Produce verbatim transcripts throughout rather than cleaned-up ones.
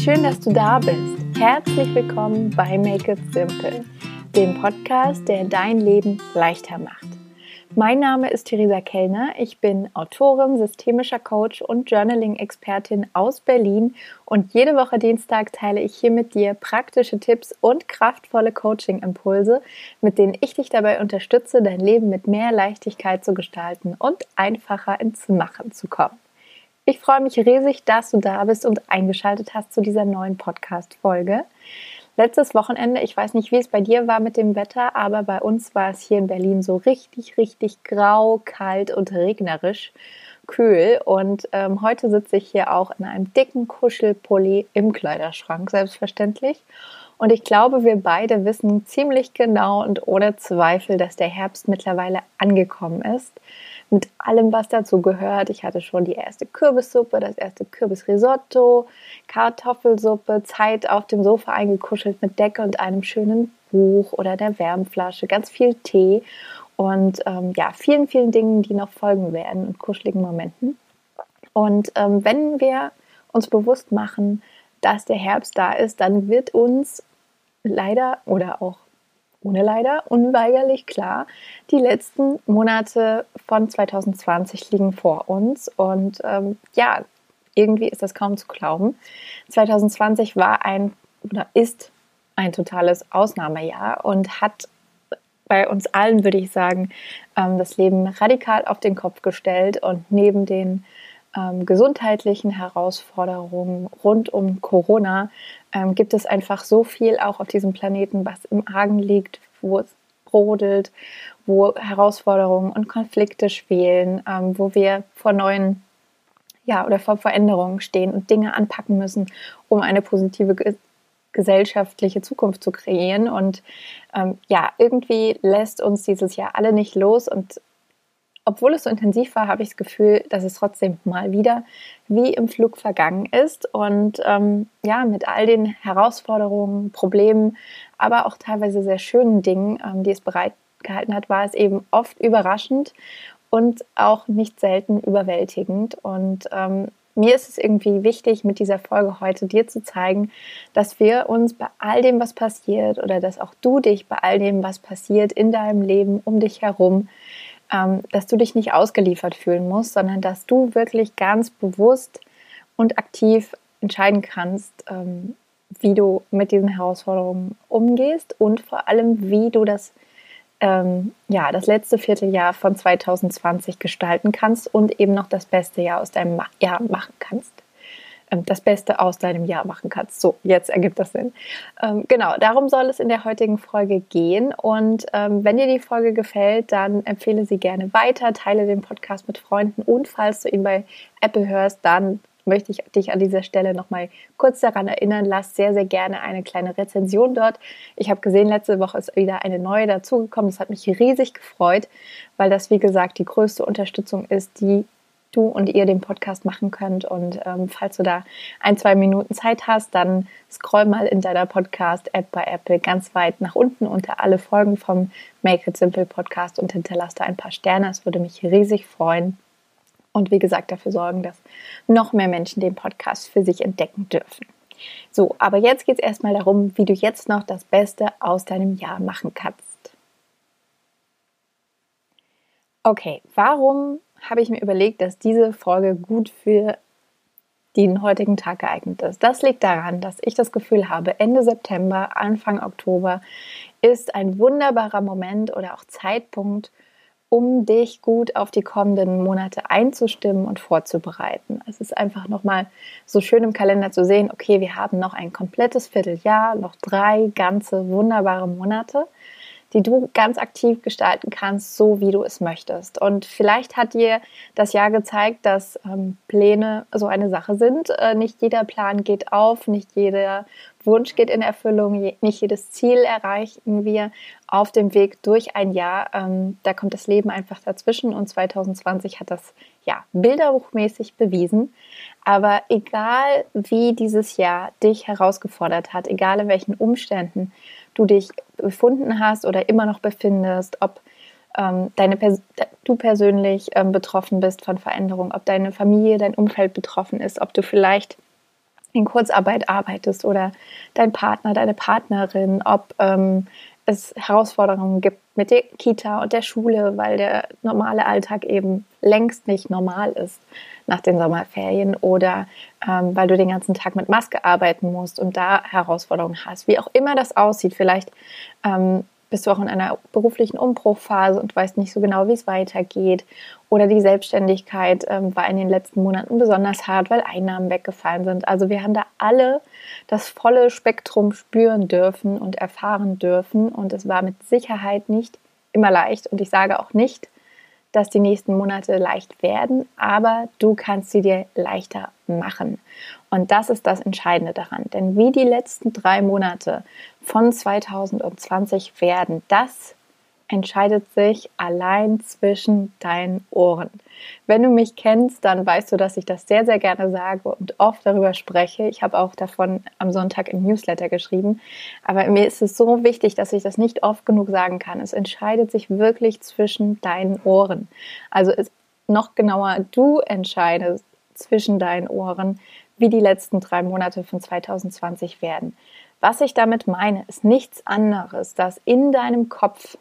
schön, dass du da bist. Herzlich willkommen bei Make It Simple, dem Podcast, der dein Leben leichter macht. Mein Name ist Theresa Kellner, ich bin Autorin, systemischer Coach und Journaling-Expertin aus Berlin und jede Woche Dienstag teile ich hier mit dir praktische Tipps und kraftvolle Coaching-Impulse, mit denen ich dich dabei unterstütze, dein Leben mit mehr Leichtigkeit zu gestalten und einfacher ins Machen zu kommen. Ich freue mich riesig, dass du da bist und eingeschaltet hast zu dieser neuen Podcast-Folge. Letztes Wochenende, ich weiß nicht, wie es bei dir war mit dem Wetter, aber bei uns war es hier in Berlin so richtig, richtig grau, kalt und regnerisch, kühl. Und ähm, heute sitze ich hier auch in einem dicken Kuschelpulli im Kleiderschrank, selbstverständlich. Und ich glaube, wir beide wissen ziemlich genau und ohne Zweifel, dass der Herbst mittlerweile angekommen ist. Mit allem, was dazu gehört. Ich hatte schon die erste Kürbissuppe, das erste Kürbisrisotto, Kartoffelsuppe, Zeit auf dem Sofa eingekuschelt mit Decke und einem schönen Buch oder der Wärmflasche, ganz viel Tee und ähm, ja, vielen, vielen Dingen, die noch folgen werden und kuscheligen Momenten. Und ähm, wenn wir uns bewusst machen, dass der Herbst da ist, dann wird uns leider oder auch ohne leider, unweigerlich klar, die letzten Monate von zwanzig zwanzig liegen vor uns und ähm, ja, irgendwie ist das kaum zu glauben. zwanzig zwanzig war ein oder ist ein totales Ausnahmejahr und hat bei uns allen, würde ich sagen, ähm, das Leben radikal auf den Kopf gestellt und neben den ähm, gesundheitlichen Herausforderungen rund um Corona ähm, gibt es einfach so viel auch auf diesem Planeten, was im Argen liegt, wo es brodelt, wo Herausforderungen und Konflikte schwelen, ähm, wo wir vor neuen, ja, oder vor Veränderungen stehen und Dinge anpacken müssen, um eine positive ge- gesellschaftliche Zukunft zu kreieren. Und ähm, ja, irgendwie lässt uns dieses Jahr alle nicht los und obwohl es so intensiv war, habe ich das Gefühl, dass es trotzdem mal wieder wie im Flug vergangen ist. Und ähm, ja, mit all den Herausforderungen, Problemen, aber auch teilweise sehr schönen Dingen, ähm, die es bereitgehalten hat, war es eben oft überraschend und auch nicht selten überwältigend. Und ähm, mir ist es irgendwie wichtig, mit dieser Folge heute dir zu zeigen, dass wir uns bei all dem, was passiert, oder dass auch du dich bei all dem, was passiert in deinem Leben, um dich herum, dass du dich nicht ausgeliefert fühlen musst, sondern dass du wirklich ganz bewusst und aktiv entscheiden kannst, wie du mit diesen Herausforderungen umgehst und vor allem, wie du das, ja, das letzte Vierteljahr von zwanzig zwanzig gestalten kannst und eben noch das beste Jahr aus deinem Jahr machen kannst. Das Beste aus deinem Jahr machen kannst. So, jetzt ergibt das Sinn. Ähm, genau, darum soll es in der heutigen Folge gehen. Und ähm, wenn dir die Folge gefällt, dann empfehle sie gerne weiter, teile den Podcast mit Freunden und falls du ihn bei Apple hörst, dann möchte ich dich an dieser Stelle nochmal kurz daran erinnern, lass sehr, sehr gerne eine kleine Rezension dort. Ich habe gesehen, letzte Woche ist wieder eine neue dazugekommen. Das hat mich riesig gefreut, weil das, wie gesagt, die größte Unterstützung ist, die du und ihr den Podcast machen könnt. Und ähm, falls du da ein, zwei Minuten Zeit hast, dann scroll mal in deiner Podcast-App bei Apple ganz weit nach unten unter alle Folgen vom Make It Simple Podcast und hinterlass da ein paar Sterne. Es würde mich riesig freuen. Und wie gesagt, dafür sorgen, dass noch mehr Menschen den Podcast für sich entdecken dürfen. So, aber jetzt geht es erstmal darum, wie du jetzt noch das Beste aus deinem Jahr machen kannst. Okay, warum habe ich mir überlegt, dass diese Folge gut für den heutigen Tag geeignet ist? Das liegt daran, dass ich das Gefühl habe, Ende September, Anfang Oktober ist ein wunderbarer Moment oder auch Zeitpunkt, um dich gut auf die kommenden Monate einzustimmen und vorzubereiten. Es ist einfach nochmal so schön im Kalender zu sehen, okay, wir haben noch ein komplettes Vierteljahr, noch drei ganze wunderbare Monate, die du ganz aktiv gestalten kannst, so wie du es möchtest. Und vielleicht hat dir das Jahr gezeigt, dass ähm, Pläne so eine Sache sind. Äh, nicht jeder Plan geht auf, nicht jeder Wunsch geht in Erfüllung, je, nicht jedes Ziel erreichen wir auf dem Weg durch ein Jahr. Ähm, da kommt das Leben einfach dazwischen und zwanzig zwanzig hat das ja bilderbuchmäßig bewiesen. Aber egal, wie dieses Jahr dich herausgefordert hat, egal in welchen Umständen du dich befunden hast oder immer noch befindest, ob ähm, deine Pers- du persönlich ähm, betroffen bist von Veränderung, ob deine Familie, dein Umfeld betroffen ist, ob du vielleicht in Kurzarbeit arbeitest oder dein Partner, deine Partnerin, ob ähm, es Herausforderungen gibt mit der Kita und der Schule, weil der normale Alltag eben längst nicht normal ist nach den Sommerferien oder ähm, weil du den ganzen Tag mit Maske arbeiten musst und da Herausforderungen hast. Wie auch immer das aussieht, vielleicht ähm, bist du auch in einer beruflichen Umbruchphase und weißt nicht so genau, wie es weitergeht. Oder die Selbstständigkeit ähm, war in den letzten Monaten besonders hart, weil Einnahmen weggefallen sind. Also wir haben da alle das volle Spektrum spüren dürfen und erfahren dürfen. Und es war mit Sicherheit nicht immer leicht. Und ich sage auch nicht, dass die nächsten Monate leicht werden, aber du kannst sie dir leichter machen. Und das ist das Entscheidende daran. Denn wie die letzten drei Monate von zwanzig zwanzig werden, das entscheidet sich allein zwischen deinen Ohren. Wenn du mich kennst, dann weißt du, dass ich das sehr, sehr gerne sage und oft darüber spreche. Ich habe auch davon am Sonntag im Newsletter geschrieben. Aber mir ist es so wichtig, dass ich das nicht oft genug sagen kann. Es entscheidet sich wirklich zwischen deinen Ohren. Also ist noch genauer, du entscheidest zwischen deinen Ohren, wie die letzten drei Monate von zwanzig zwanzig werden. Was ich damit meine, ist nichts anderes, dass in deinem Kopf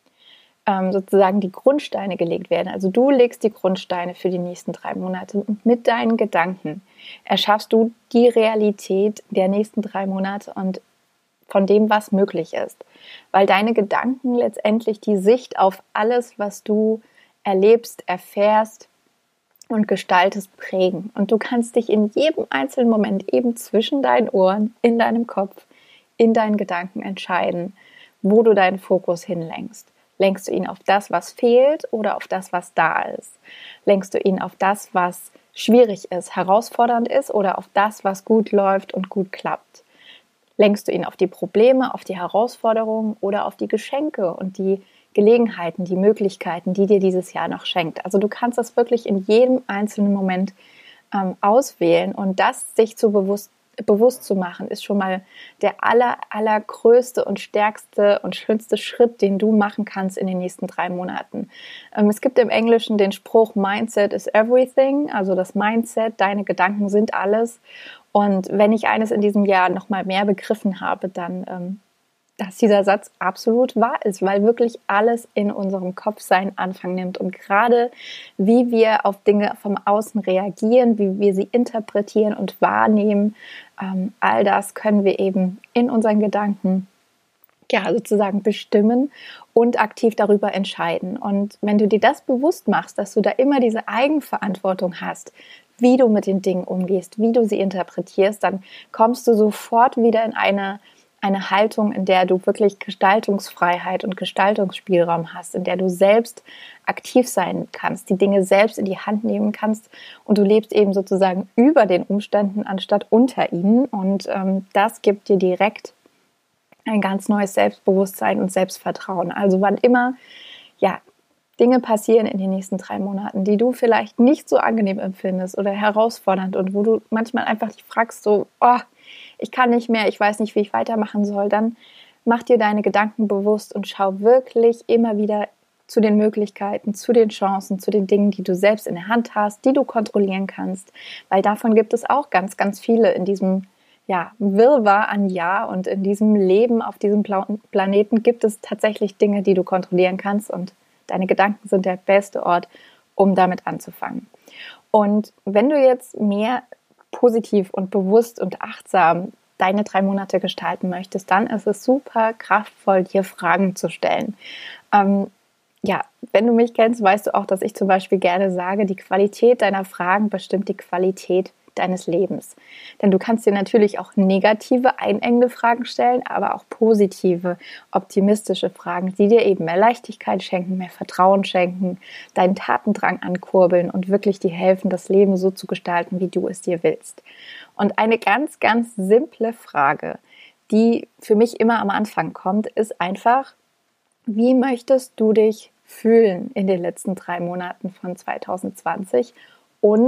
sozusagen die Grundsteine gelegt werden. Also du legst die Grundsteine für die nächsten drei Monate und mit deinen Gedanken erschaffst du die Realität der nächsten drei Monate und von dem, was möglich ist. Weil deine Gedanken letztendlich die Sicht auf alles, was du erlebst, erfährst und gestaltest, prägen. Und du kannst dich in jedem einzelnen Moment eben zwischen deinen Ohren, in deinem Kopf, in deinen Gedanken entscheiden, wo du deinen Fokus hinlenkst. Lenkst du ihn auf das, was fehlt oder auf das, was da ist? Lenkst du ihn auf das, was schwierig ist, herausfordernd ist oder auf das, was gut läuft und gut klappt? Lenkst du ihn auf die Probleme, auf die Herausforderungen oder auf die Geschenke und die Gelegenheiten, die Möglichkeiten, die dir dieses Jahr noch schenkt? Also du kannst das wirklich in jedem einzelnen Moment ähm, auswählen und das sich zu bewusst bewusst zu machen, ist schon mal der aller, allergrößte und stärkste und schönste Schritt, den du machen kannst in den nächsten drei Monaten. Ähm, es gibt im Englischen den Spruch Mindset is everything, also das Mindset, deine Gedanken sind alles. Und wenn ich eines in diesem Jahr noch mal mehr begriffen habe, dann ähm, dass dieser Satz absolut wahr ist, weil wirklich alles in unserem Kopf seinen Anfang nimmt. Und gerade wie wir auf Dinge vom Außen reagieren, wie wir sie interpretieren und wahrnehmen, ähm, all das können wir eben in unseren Gedanken ja, sozusagen bestimmen und aktiv darüber entscheiden. Und wenn du dir das bewusst machst, dass du da immer diese Eigenverantwortung hast, wie du mit den Dingen umgehst, wie du sie interpretierst, dann kommst du sofort wieder in eine eine Haltung, in der du wirklich Gestaltungsfreiheit und Gestaltungsspielraum hast, in der du selbst aktiv sein kannst, die Dinge selbst in die Hand nehmen kannst und du lebst eben sozusagen über den Umständen anstatt unter ihnen und ähm, das gibt dir direkt ein ganz neues Selbstbewusstsein und Selbstvertrauen. Also wann immer ja, Dinge passieren in den nächsten drei Monaten, die du vielleicht nicht so angenehm empfindest oder herausfordernd und wo du manchmal einfach dich fragst, so, oh, ich kann nicht mehr, ich weiß nicht, wie ich weitermachen soll, dann mach dir deine Gedanken bewusst und schau wirklich immer wieder zu den Möglichkeiten, zu den Chancen, zu den Dingen, die du selbst in der Hand hast, die du kontrollieren kannst, weil davon gibt es auch ganz, ganz viele in diesem ja, Wirrwarr an Jahr und in diesem Leben auf diesem Planeten gibt es tatsächlich Dinge, die du kontrollieren kannst und deine Gedanken sind der beste Ort, um damit anzufangen. Und wenn du jetzt mehr positiv und bewusst und achtsam deine drei Monate gestalten möchtest, dann ist es super kraftvoll, dir Fragen zu stellen. Ähm, ja, wenn du mich kennst, weißt du auch, dass ich zum Beispiel gerne sage, die Qualität deiner Fragen bestimmt die Qualität deines Lebens. Denn du kannst dir natürlich auch negative, einengende Fragen stellen, aber auch positive, optimistische Fragen, die dir eben mehr Leichtigkeit schenken, mehr Vertrauen schenken, deinen Tatendrang ankurbeln und wirklich dir helfen, das Leben so zu gestalten, wie du es dir willst. Und eine ganz, ganz simple Frage, die für mich immer am Anfang kommt, ist einfach, wie möchtest du dich fühlen in den letzten drei Monaten von zwanzig zwanzig und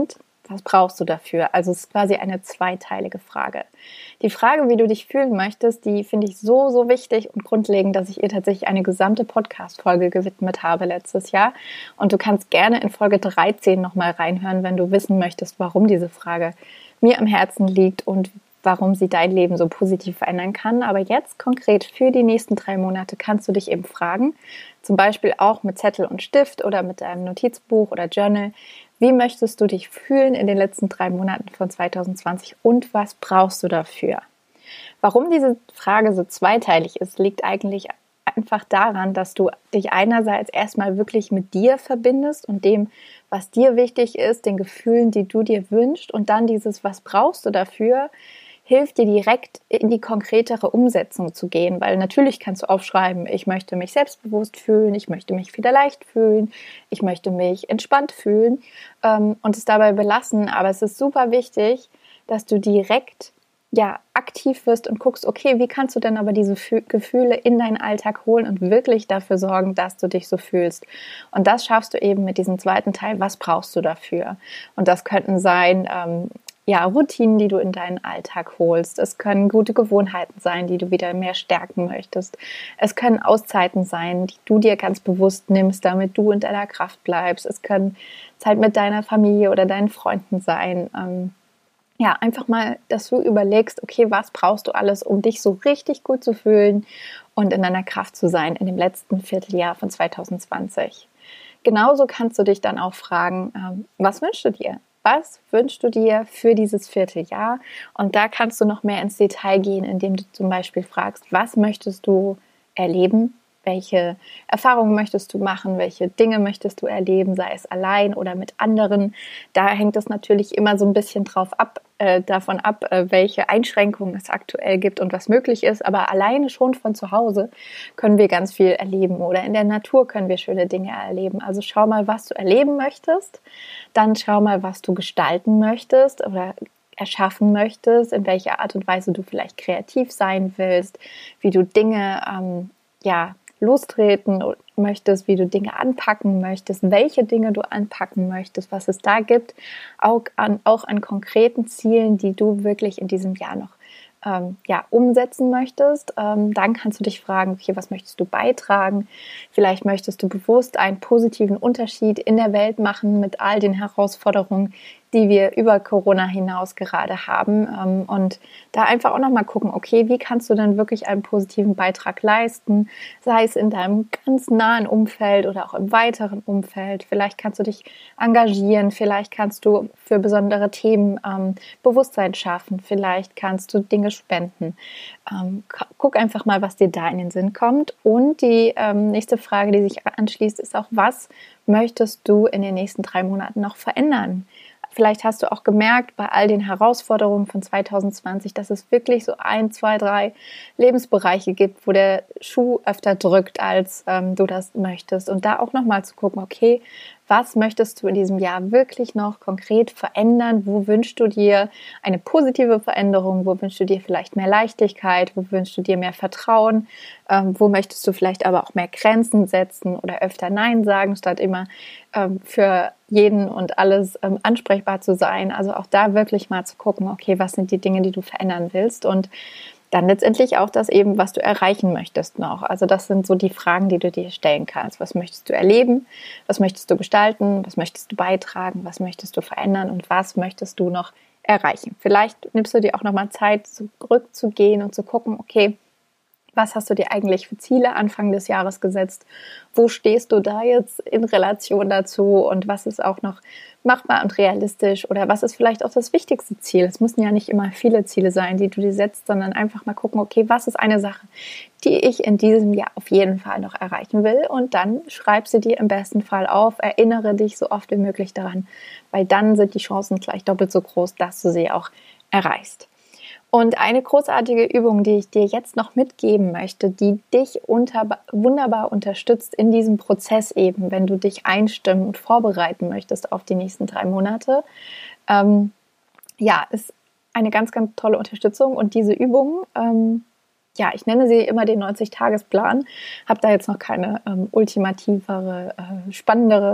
Was brauchst du dafür? Also es ist quasi eine zweiteilige Frage. Die Frage, wie du dich fühlen möchtest, die finde ich so, so wichtig und grundlegend, dass ich ihr tatsächlich eine gesamte Podcast-Folge gewidmet habe letztes Jahr. Und du kannst gerne in Folge dreizehn nochmal reinhören, wenn du wissen möchtest, warum diese Frage mir am Herzen liegt und warum sie dein Leben so positiv verändern kann. Aber jetzt konkret für die nächsten drei Monate kannst du dich eben fragen, zum Beispiel auch mit Zettel und Stift oder mit deinem Notizbuch oder Journal, wie möchtest du dich fühlen in den letzten drei Monaten von zwanzig zwanzig und was brauchst du dafür? Warum diese Frage so zweiteilig ist, liegt eigentlich einfach daran, dass du dich einerseits erstmal wirklich mit dir verbindest und dem, was dir wichtig ist, den Gefühlen, die du dir wünschst, und dann dieses, was brauchst du dafür, hilft dir direkt in die konkretere Umsetzung zu gehen, weil natürlich kannst du aufschreiben, ich möchte mich selbstbewusst fühlen, ich möchte mich wieder leicht fühlen, ich möchte mich entspannt fühlen ähm, und es dabei belassen, aber es ist super wichtig, dass du direkt ja, aktiv wirst und guckst, okay, wie kannst du denn aber diese Fü- Gefühle in deinen Alltag holen und wirklich dafür sorgen, dass du dich so fühlst. Und das schaffst du eben mit diesem zweiten Teil, was brauchst du dafür? Und das könnten sein, ähm, ja, Routinen, die du in deinen Alltag holst. Es können gute Gewohnheiten sein, die du wieder mehr stärken möchtest. Es können Auszeiten sein, die du dir ganz bewusst nimmst, damit du in deiner Kraft bleibst. Es können Zeit mit deiner Familie oder deinen Freunden sein. Ähm, ja, einfach mal, dass du überlegst, okay, was brauchst du alles, um dich so richtig gut zu fühlen und in deiner Kraft zu sein in dem letzten Vierteljahr von zwanzig zwanzig. Genauso kannst du dich dann auch fragen, ähm, was wünschst du dir? Was wünschst du dir für dieses Vierteljahr? Und da kannst du noch mehr ins Detail gehen, indem du zum Beispiel fragst, was möchtest du erleben? Welche Erfahrungen möchtest du machen? Welche Dinge möchtest du erleben? Sei es allein oder mit anderen. Da hängt es natürlich immer so ein bisschen drauf ab, äh, davon ab, äh, welche Einschränkungen es aktuell gibt und was möglich ist. Aber alleine schon von zu Hause können wir ganz viel erleben. Oder in der Natur können wir schöne Dinge erleben. Also schau mal, was du erleben möchtest. Dann schau mal, was du gestalten möchtest oder erschaffen möchtest, in welcher Art und Weise du vielleicht kreativ sein willst, wie du Dinge ähm, ja, lostreten möchtest, wie du Dinge anpacken möchtest, welche Dinge du anpacken möchtest, was es da gibt, auch an, auch an konkreten Zielen, die du wirklich in diesem Jahr noch ähm, ja, umsetzen möchtest. Ähm, dann kannst du dich fragen, okay, was möchtest du beitragen? Vielleicht möchtest du bewusst einen positiven Unterschied in der Welt machen mit all den Herausforderungen, die wir über Corona hinaus gerade haben, und da einfach auch nochmal gucken, okay, wie kannst du denn wirklich einen positiven Beitrag leisten, sei es in deinem ganz nahen Umfeld oder auch im weiteren Umfeld. Vielleicht kannst du dich engagieren, vielleicht kannst du für besondere Themen ähm, Bewusstsein schaffen, vielleicht kannst du Dinge spenden. Ähm, guck einfach mal, was dir da in den Sinn kommt. Und die ähm, nächste Frage, die sich anschließt, ist auch, was möchtest du in den nächsten drei Monaten noch verändern? Vielleicht hast du auch gemerkt, bei all den Herausforderungen von zwanzig zwanzig, dass es wirklich so ein, zwei, drei Lebensbereiche gibt, wo der Schuh öfter drückt, als ähm, du das möchtest. Und da auch nochmal zu gucken, okay, was möchtest du in diesem Jahr wirklich noch konkret verändern? Wo wünschst du dir eine positive Veränderung? Wo wünschst du dir vielleicht mehr Leichtigkeit? Wo wünschst du dir mehr Vertrauen? Ähm, wo möchtest du vielleicht aber auch mehr Grenzen setzen oder öfter Nein sagen, statt immer ähm, für jeden und alles ähm, ansprechbar zu sein? Also auch da wirklich mal zu gucken, okay, was sind die Dinge, die du verändern willst? Und dann letztendlich auch das eben, was du erreichen möchtest noch. Also das sind so die Fragen, die du dir stellen kannst. Was möchtest du erleben? Was möchtest du gestalten? Was möchtest du beitragen? Was möchtest du verändern? Und was möchtest du noch erreichen? Vielleicht nimmst du dir auch nochmal Zeit, zurückzugehen und zu gucken, okay, was hast du dir eigentlich für Ziele Anfang des Jahres gesetzt? Wo stehst du da jetzt in Relation dazu? Und was ist auch noch machbar und realistisch? Oder was ist vielleicht auch das wichtigste Ziel? Es müssen ja nicht immer viele Ziele sein, die du dir setzt, sondern einfach mal gucken, okay, was ist eine Sache, die ich in diesem Jahr auf jeden Fall noch erreichen will? Und dann schreib sie dir im besten Fall auf, erinnere dich so oft wie möglich daran, weil dann sind die Chancen gleich doppelt so groß, dass du sie auch erreichst. Und eine großartige Übung, die ich dir jetzt noch mitgeben möchte, die dich unter, wunderbar unterstützt in diesem Prozess eben, wenn du dich einstimmen und vorbereiten möchtest auf die nächsten drei Monate, ähm, ja, ist eine ganz, ganz tolle Unterstützung. Und diese Übung, ähm, ja, ich nenne sie immer den neunzig-Tages-Plan, habe da jetzt noch keine ähm, ultimativere, äh, spannendere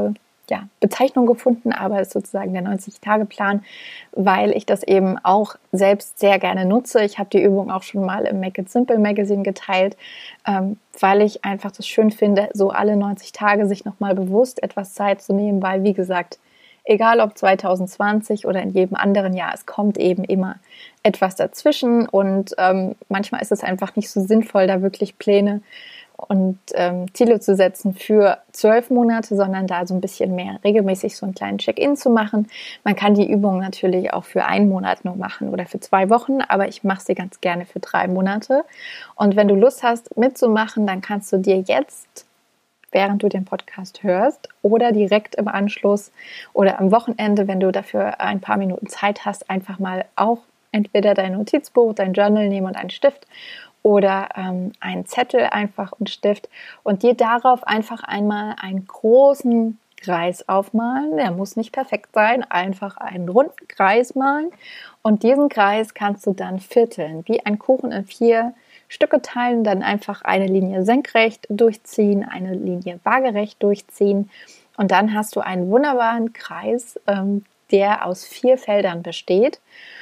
ja, Bezeichnung gefunden, aber es ist sozusagen der neunzig-Tage-Plan, weil ich das eben auch selbst sehr gerne nutze. Ich habe die Übung auch schon mal im Make It Simple Magazine geteilt, ähm, weil ich einfach das schön finde, so alle neunzig Tage sich nochmal bewusst etwas Zeit zu nehmen, weil, wie gesagt, egal ob zwanzig zwanzig oder in jedem anderen Jahr, es kommt eben immer etwas dazwischen und ähm, manchmal ist es einfach nicht so sinnvoll, da wirklich Pläne und ähm, Ziele zu setzen für zwölf Monate, sondern da so ein bisschen mehr regelmäßig so einen kleinen Check-in zu machen. Man kann die Übung natürlich auch für einen Monat nur machen oder für zwei Wochen, aber ich mache sie ganz gerne für drei Monate. Und wenn du Lust hast mitzumachen, dann kannst du dir jetzt, während du den Podcast hörst oder direkt im Anschluss oder am Wochenende, wenn du dafür ein paar Minuten Zeit hast, einfach mal auch entweder dein Notizbuch, dein Journal nehmen und einen Stift oder ähm, einen Zettel einfach und Stift und dir darauf einfach einmal einen großen Kreis aufmalen. Der muss nicht perfekt sein, einfach einen runden Kreis malen und diesen Kreis kannst du dann vierteln, wie ein Kuchen in vier Stücke teilen, dann einfach eine Linie senkrecht durchziehen, eine Linie waagerecht durchziehen und dann hast du einen wunderbaren Kreis, ähm, der aus vier Feldern besteht.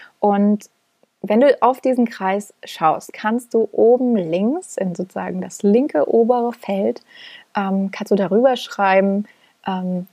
Und wenn du auf diesen Kreis schaust, kannst du oben links in sozusagen das linke obere Feld, ähm, kannst du darüber schreiben, ähm,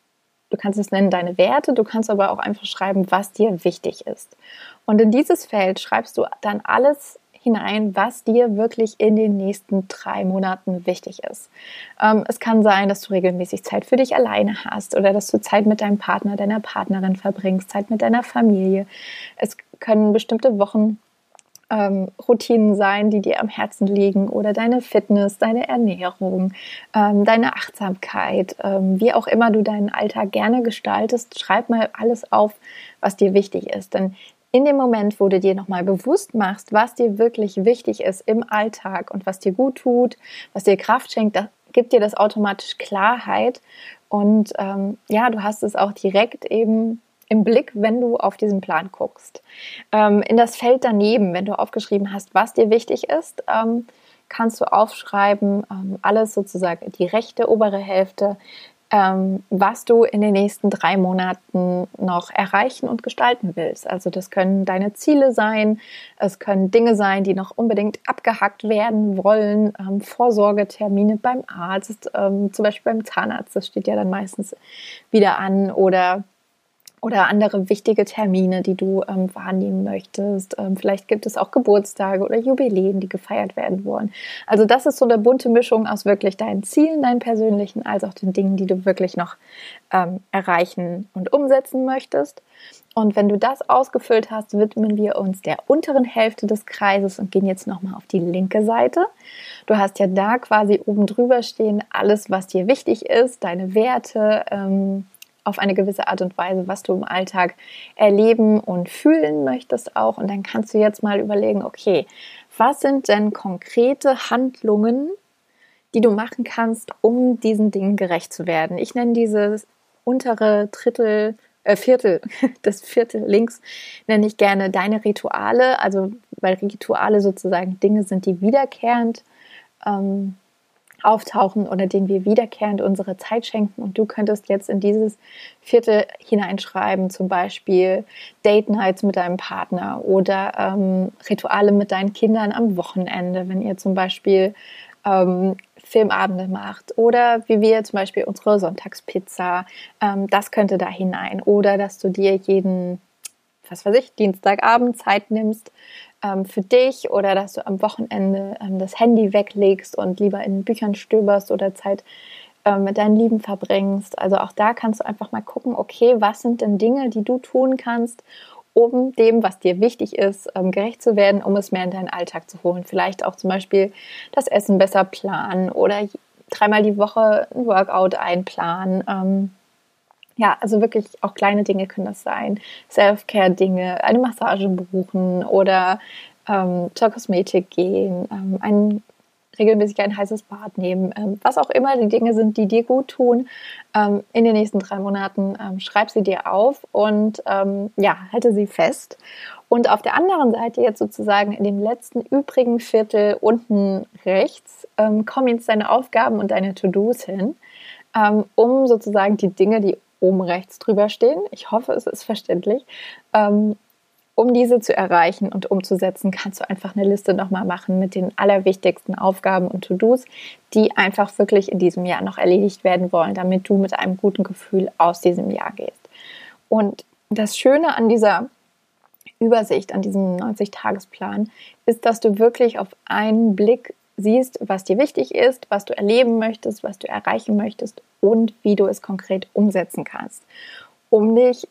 du kannst es nennen deine Werte, du kannst aber auch einfach schreiben, was dir wichtig ist. Und in dieses Feld schreibst du dann alles hinein, was dir wirklich in den nächsten drei Monaten wichtig ist. Ähm, es kann sein, dass du regelmäßig Zeit für dich alleine hast oder dass du Zeit mit deinem Partner, deiner Partnerin verbringst, Zeit mit deiner Familie. Es können bestimmte Wochen ähm, Routinen sein, die dir am Herzen liegen oder deine Fitness, deine Ernährung, ähm, deine Achtsamkeit, ähm, wie auch immer du deinen Alltag gerne gestaltest. Schreib mal alles auf, was dir wichtig ist, denn in dem Moment, wo du dir nochmal bewusst machst, was dir wirklich wichtig ist im Alltag und was dir gut tut, was dir Kraft schenkt, das gibt dir das automatisch Klarheit und ähm, ja, du hast es auch direkt eben im Blick, wenn du auf diesen Plan guckst. Ähm, in das Feld daneben, wenn du aufgeschrieben hast, was dir wichtig ist, ähm, kannst du aufschreiben, ähm, alles sozusagen die rechte obere Hälfte, Ähm, was du in den nächsten drei Monaten noch erreichen und gestalten willst. Also das können deine Ziele sein, es können Dinge sein, die noch unbedingt abgehackt werden wollen, ähm, Vorsorgetermine beim Arzt, ähm, zum Beispiel beim Zahnarzt, das steht ja dann meistens wieder an oder oder andere wichtige Termine, die du ähm, wahrnehmen möchtest. Ähm, vielleicht gibt es auch Geburtstage oder Jubiläen, die gefeiert werden wollen. Also das ist so eine bunte Mischung aus wirklich deinen Zielen, deinen persönlichen, als auch den Dingen, die du wirklich noch ähm, erreichen und umsetzen möchtest. Und wenn du das ausgefüllt hast, widmen wir uns der unteren Hälfte des Kreises und gehen jetzt nochmal auf die linke Seite. Du hast ja da quasi oben drüber stehen, alles, was dir wichtig ist, deine Werte, ähm, auf eine gewisse Art und Weise, was du im Alltag erleben und fühlen möchtest auch. Und dann kannst du jetzt mal überlegen, okay, was sind denn konkrete Handlungen, die du machen kannst, um diesen Dingen gerecht zu werden? Ich nenne dieses untere Drittel, äh, Viertel, das Viertel links nenne ich gerne deine Rituale, also weil Rituale sozusagen Dinge sind, die wiederkehrend ähm, auftauchen oder denen wir wiederkehrend unsere Zeit schenken. Und du könntest jetzt in dieses Viertel hineinschreiben, zum Beispiel Date Nights mit deinem Partner oder ähm, Rituale mit deinen Kindern am Wochenende, wenn ihr zum Beispiel ähm, Filmabende macht oder wie wir zum Beispiel unsere Sonntagspizza, ähm, das könnte da hinein. Oder dass du dir jeden, was weiß ich, Dienstagabend Zeit nimmst, für dich oder dass du am Wochenende ähm, das Handy weglegst und lieber in Büchern stöberst oder Zeit ähm, mit deinen Lieben verbringst. Also auch da kannst du einfach mal gucken, okay, was sind denn Dinge, die du tun kannst, um dem, was dir wichtig ist, ähm, gerecht zu werden, um es mehr in deinen Alltag zu holen. Vielleicht auch zum Beispiel das Essen besser planen oder dreimal die Woche ein Workout einplanen. Ähm, Ja, also wirklich auch kleine Dinge können das sein. Self-Care-Dinge, eine Massage buchen oder ähm, zur Kosmetik gehen, ähm, ein, regelmäßig ein heißes Bad nehmen. Ähm, was auch immer die Dinge sind, die dir gut tun, ähm, in den nächsten drei Monaten, ähm, schreib sie dir auf und ähm, ja, halte sie fest. Und auf der anderen Seite jetzt sozusagen in dem letzten übrigen Viertel unten rechts ähm, kommen jetzt deine Aufgaben und deine To-Dos hin. ähm, um sozusagen die Dinge, die oben rechts drüber stehen, ich hoffe, es ist verständlich, ähm, um diese zu erreichen und umzusetzen, kannst du einfach eine Liste nochmal machen mit den allerwichtigsten Aufgaben und To-Dos, die einfach wirklich in diesem Jahr noch erledigt werden wollen, damit du mit einem guten Gefühl aus diesem Jahr gehst. Und das Schöne an dieser Übersicht, an diesem neunzig-Tagesplan, ist, dass du wirklich auf einen Blick siehst, was dir wichtig ist, was du erleben möchtest, was du erreichen möchtest und wie du es konkret umsetzen kannst, um dich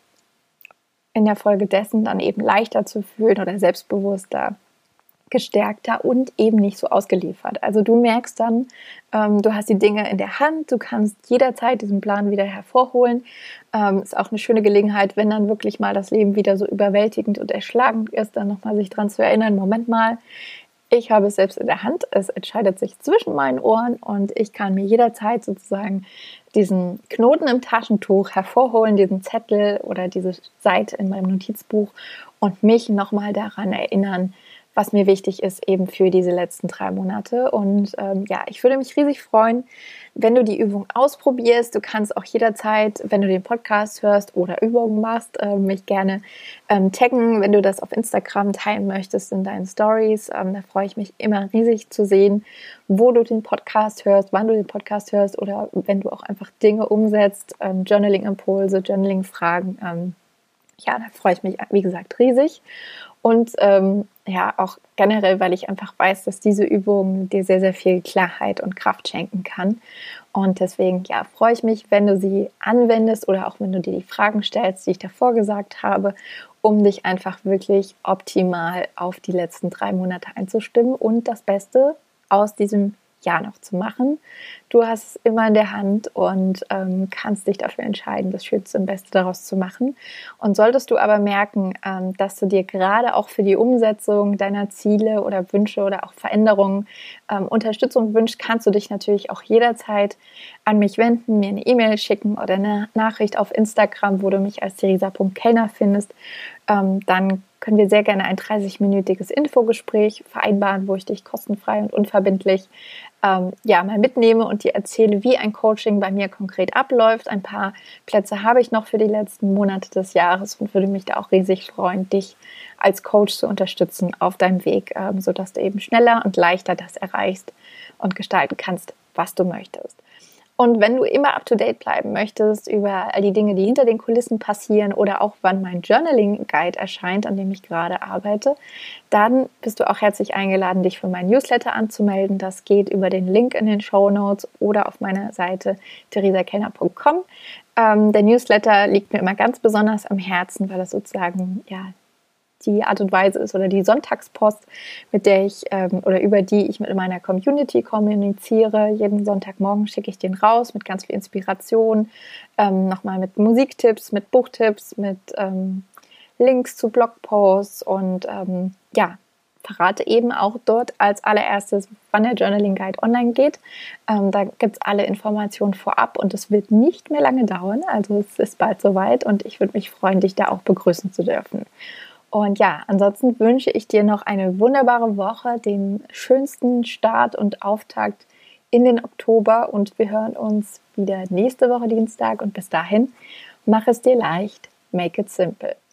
in der Folge dessen dann eben leichter zu fühlen oder selbstbewusster, gestärkter und eben nicht so ausgeliefert. Also du merkst dann, ähm, du hast die Dinge in der Hand, du kannst jederzeit diesen Plan wieder hervorholen. Ähm, ist auch eine schöne Gelegenheit, wenn dann wirklich mal das Leben wieder so überwältigend und erschlagend ist, dann nochmal sich dran zu erinnern, Moment mal, ich habe es selbst in der Hand, es entscheidet sich zwischen meinen Ohren und ich kann mir jederzeit sozusagen diesen Knoten im Taschentuch hervorholen, diesen Zettel oder diese Seite in meinem Notizbuch und mich nochmal daran erinnern, was mir wichtig ist eben für diese letzten drei Monate. Und ähm, ja, ich würde mich riesig freuen, wenn du die Übung ausprobierst. Du kannst auch jederzeit, wenn du den Podcast hörst oder Übungen machst, äh, mich gerne ähm, taggen, wenn du das auf Instagram teilen möchtest in deinen Stories. Ähm, da freue ich mich immer riesig zu sehen, wo du den Podcast hörst, wann du den Podcast hörst oder wenn du auch einfach Dinge umsetzt, ähm, Journaling-Impulse, Journaling-Fragen. Ähm, ja, da freue ich mich, wie gesagt, riesig. Und ähm, ja, auch generell, weil ich einfach weiß, dass diese Übung dir sehr, sehr viel Klarheit und Kraft schenken kann. Und deswegen, ja, freue ich mich, wenn du sie anwendest oder auch wenn du dir die Fragen stellst, die ich davor gesagt habe, um dich einfach wirklich optimal auf die letzten drei Monate einzustimmen und das Beste aus diesem Jahr noch zu machen. Du hast es immer in der Hand und ähm, kannst dich dafür entscheiden, das Schönste und Beste daraus zu machen. Und solltest du aber merken, ähm, dass du dir gerade auch für die Umsetzung deiner Ziele oder Wünsche oder auch Veränderungen ähm, Unterstützung wünschst, kannst du dich natürlich auch jederzeit an mich wenden, mir eine E-Mail schicken oder eine Nachricht auf Instagram, wo du mich als theresa punkt kellner findest. Ähm, dann können wir sehr gerne ein dreißig-minütiges Infogespräch vereinbaren, wo ich dich kostenfrei und unverbindlich ähm, ja, mal mitnehme und dir erzähle, wie ein Coaching bei mir konkret abläuft. Ein paar Plätze habe ich noch für die letzten Monate des Jahres und würde mich da auch riesig freuen, dich als Coach zu unterstützen auf deinem Weg, ähm, sodass du eben schneller und leichter das erreichst und gestalten kannst, was du möchtest. Und wenn du immer up-to-date bleiben möchtest über all die Dinge, die hinter den Kulissen passieren oder auch wann mein Journaling-Guide erscheint, an dem ich gerade arbeite, dann bist du auch herzlich eingeladen, dich für mein Newsletter anzumelden. Das geht über den Link in den Shownotes oder auf meiner Seite theresa kellner punkt com. Ähm, der Newsletter liegt mir immer ganz besonders am Herzen, weil es sozusagen ja die Art und Weise ist oder die Sonntagspost, mit der ich ähm, oder über die ich mit meiner Community kommuniziere. Jeden Sonntagmorgen schicke ich den raus mit ganz viel Inspiration, ähm, nochmal mit Musiktipps, mit Buchtipps, mit ähm, Links zu Blogposts und ähm, ja, verrate eben auch dort als allererstes, wann der Journaling Guide online geht. Ähm, da gibt es alle Informationen vorab und es wird nicht mehr lange dauern, also es ist bald soweit und ich würde mich freuen, dich da auch begrüßen zu dürfen. Und ja, ansonsten wünsche ich dir noch eine wunderbare Woche, den schönsten Start und Auftakt in den Oktober und wir hören uns wieder nächste Woche Dienstag und bis dahin, mach es dir leicht, make it simple.